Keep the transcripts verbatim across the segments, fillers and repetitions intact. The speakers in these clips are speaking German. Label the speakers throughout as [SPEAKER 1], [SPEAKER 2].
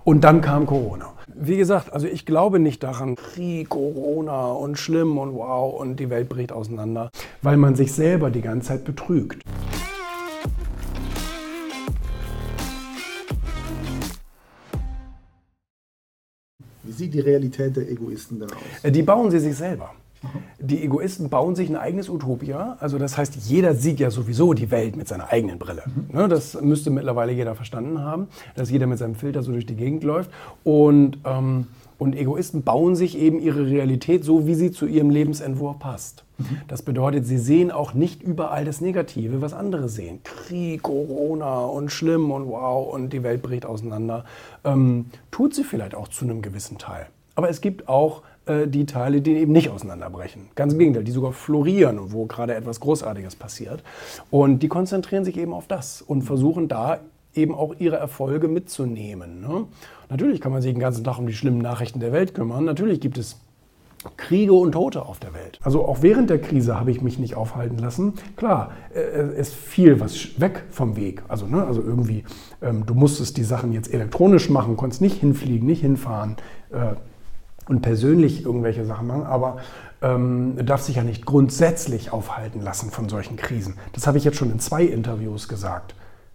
[SPEAKER 1] Und dann kam Corona. Wie gesagt, also ich glaube nicht daran, Krieg, Corona und schlimm und wow und die Welt bricht auseinander, weil man sich selber die ganze Zeit betrügt.
[SPEAKER 2] Wie sieht die Realität der Egoisten denn aus?
[SPEAKER 1] Die bauen sie sich selber. Die Egoisten bauen sich ein eigenes Utopia. Also das heißt, jeder sieht ja sowieso die Welt mit seiner eigenen Brille. Mhm. Das müsste mittlerweile jeder verstanden haben, dass jeder mit seinem Filter so durch die Gegend läuft. Und, ähm, und Egoisten bauen sich eben ihre Realität so, wie sie zu ihrem Lebensentwurf passt. Mhm. Das bedeutet, sie sehen auch nicht überall das Negative, was andere sehen. Krieg, Corona und schlimm und wow und die Welt bricht auseinander. Ähm, tut sie vielleicht auch zu einem gewissen Teil. Aber es gibt auch die Teile, die eben nicht auseinanderbrechen. Ganz im Gegenteil, die sogar florieren, wo gerade etwas Großartiges passiert. Und die konzentrieren sich eben auf das und versuchen da eben auch ihre Erfolge mitzunehmen. Ne? Natürlich kann man sich den ganzen Tag um die schlimmen Nachrichten der Welt kümmern. Natürlich gibt es Kriege und Tote auf der Welt. Also auch während der Krise habe ich mich nicht aufhalten lassen. Klar, es fiel was weg vom Weg. Also, ne, also irgendwie, ähm, du musstest die Sachen jetzt elektronisch machen, konntest nicht hinfliegen, nicht hinfahren, äh, und persönlich irgendwelche Sachen machen, aber ähm, darf sich ja nicht grundsätzlich aufhalten lassen von solchen Krisen. Das habe ich jetzt schon in zwei Interviews gesagt.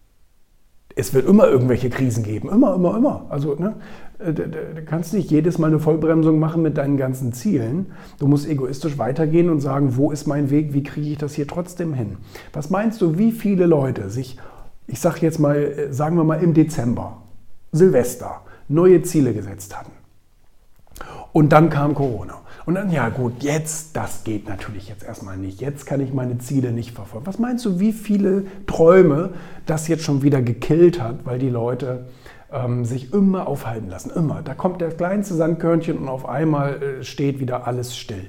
[SPEAKER 1] Es wird immer irgendwelche Krisen geben, immer, immer, immer. Also ne, du kannst nicht jedes Mal eine Vollbremsung machen mit deinen ganzen Zielen. Du musst egoistisch weitergehen und sagen, wo ist mein Weg, wie kriege ich das hier trotzdem hin? Was meinst du, wie viele Leute sich, ich sage jetzt mal, sagen wir mal im Dezember, Silvester, neue Ziele gesetzt hatten? Und dann kam Corona. Und dann, ja gut, jetzt, das geht natürlich jetzt erstmal nicht. Jetzt kann ich meine Ziele nicht verfolgen. Was meinst du, wie viele Träume das jetzt schon wieder gekillt hat, weil die Leute ähm, sich immer aufhalten lassen? Immer. Da kommt der kleinste Sandkörnchen und auf einmal äh, steht wieder alles still.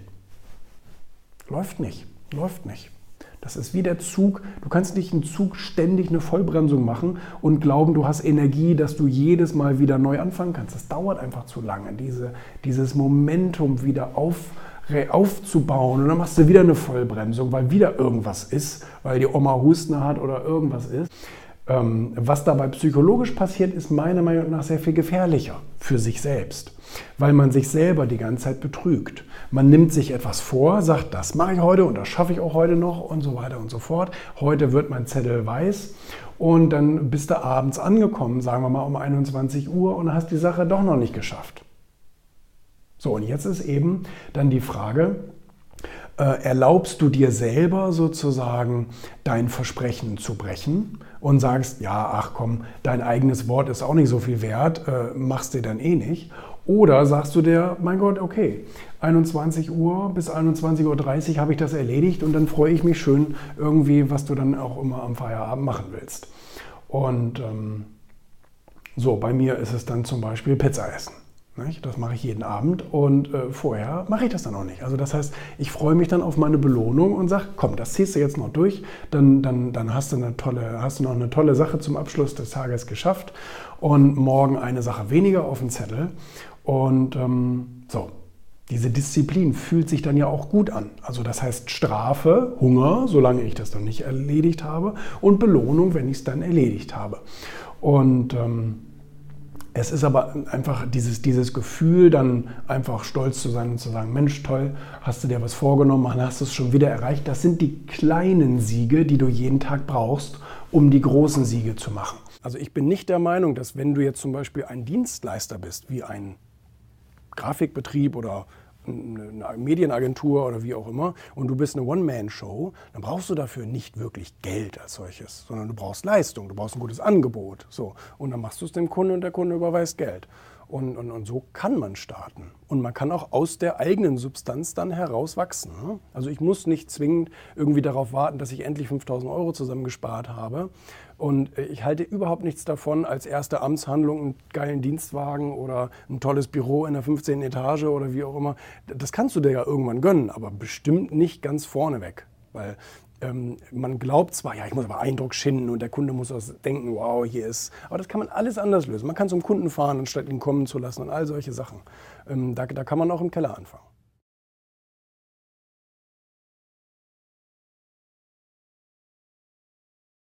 [SPEAKER 1] Läuft nicht. Läuft nicht. Das ist wie der Zug. Du kannst nicht einen Zug ständig eine Vollbremsung machen und glauben, du hast Energie, dass du jedes Mal wieder neu anfangen kannst. Das dauert einfach zu lange, diese, dieses Momentum wieder auf, aufzubauen. Und dann machst du wieder eine Vollbremsung, weil wieder irgendwas ist, weil die Oma Husten hat oder irgendwas ist. Ähm, was dabei psychologisch passiert, ist meiner Meinung nach sehr viel gefährlicher für sich selbst, weil man sich selber die ganze Zeit betrügt. Man nimmt sich etwas vor, sagt, das mache ich heute und das schaffe ich auch heute noch und so weiter und so fort. Heute wird mein Zettel weiß und dann bist du abends angekommen, sagen wir mal um einundzwanzig Uhr und hast die Sache doch noch nicht geschafft. So, und jetzt ist eben dann die Frage, Äh, erlaubst du dir selber sozusagen dein Versprechen zu brechen und sagst, ja, ach komm, dein eigenes Wort ist auch nicht so viel wert, äh, machst dir dann eh nicht. Oder sagst du dir, mein Gott, okay, einundzwanzig Uhr bis einundzwanzig Uhr dreißig habe ich das erledigt und dann freue ich mich schön irgendwie, was du dann auch immer am Feierabend machen willst. Und ähm, so, bei mir ist es dann zum Beispiel Pizza essen. Das mache ich jeden Abend und äh, vorher mache ich das dann auch nicht. Also das heißt, ich freue mich dann auf meine Belohnung und sage, komm, das ziehst du jetzt noch durch, dann, dann, dann hast du eine tolle, hast du noch eine tolle Sache zum Abschluss des Tages geschafft und morgen eine Sache weniger auf dem Zettel. Und ähm, so, diese Disziplin fühlt sich dann ja auch gut an. Also das heißt Strafe, Hunger, solange ich das dann nicht erledigt habe und Belohnung, wenn ich es dann erledigt habe. Und ähm, es ist aber einfach dieses, dieses Gefühl, dann einfach stolz zu sein und zu sagen, Mensch, toll, hast du dir was vorgenommen, dann hast du es schon wieder erreicht. Das sind die kleinen Siege, die du jeden Tag brauchst, um die großen Siege zu machen. Also ich bin nicht der Meinung, dass wenn du jetzt zum Beispiel ein Dienstleister bist, wie ein Grafikbetrieb oder eine Medienagentur oder wie auch immer und du bist eine One-Man-Show, dann brauchst du dafür nicht wirklich Geld als solches, sondern du brauchst Leistung, du brauchst ein gutes Angebot. So. Und dann machst du es dem Kunden und der Kunde überweist Geld. Und, und, und so kann man starten. Und man kann auch aus der eigenen Substanz dann heraus wachsen. Ne? Also ich muss nicht zwingend irgendwie darauf warten, dass ich endlich fünftausend Euro zusammengespart habe. Und ich halte überhaupt nichts davon, als erste Amtshandlung einen geilen Dienstwagen oder ein tolles Büro in der fünfzehnten Etage oder wie auch immer. Das kannst du dir ja irgendwann gönnen, aber bestimmt nicht ganz vorneweg. Weil ähm, man glaubt zwar, ja, ich muss aber Eindruck schinden und der Kunde muss auch denken, wow, hier ist... Aber das kann man alles anders lösen. Man kann zum Kunden fahren, anstatt ihn kommen zu lassen und all solche Sachen. Ähm, da, da kann man auch im Keller anfangen.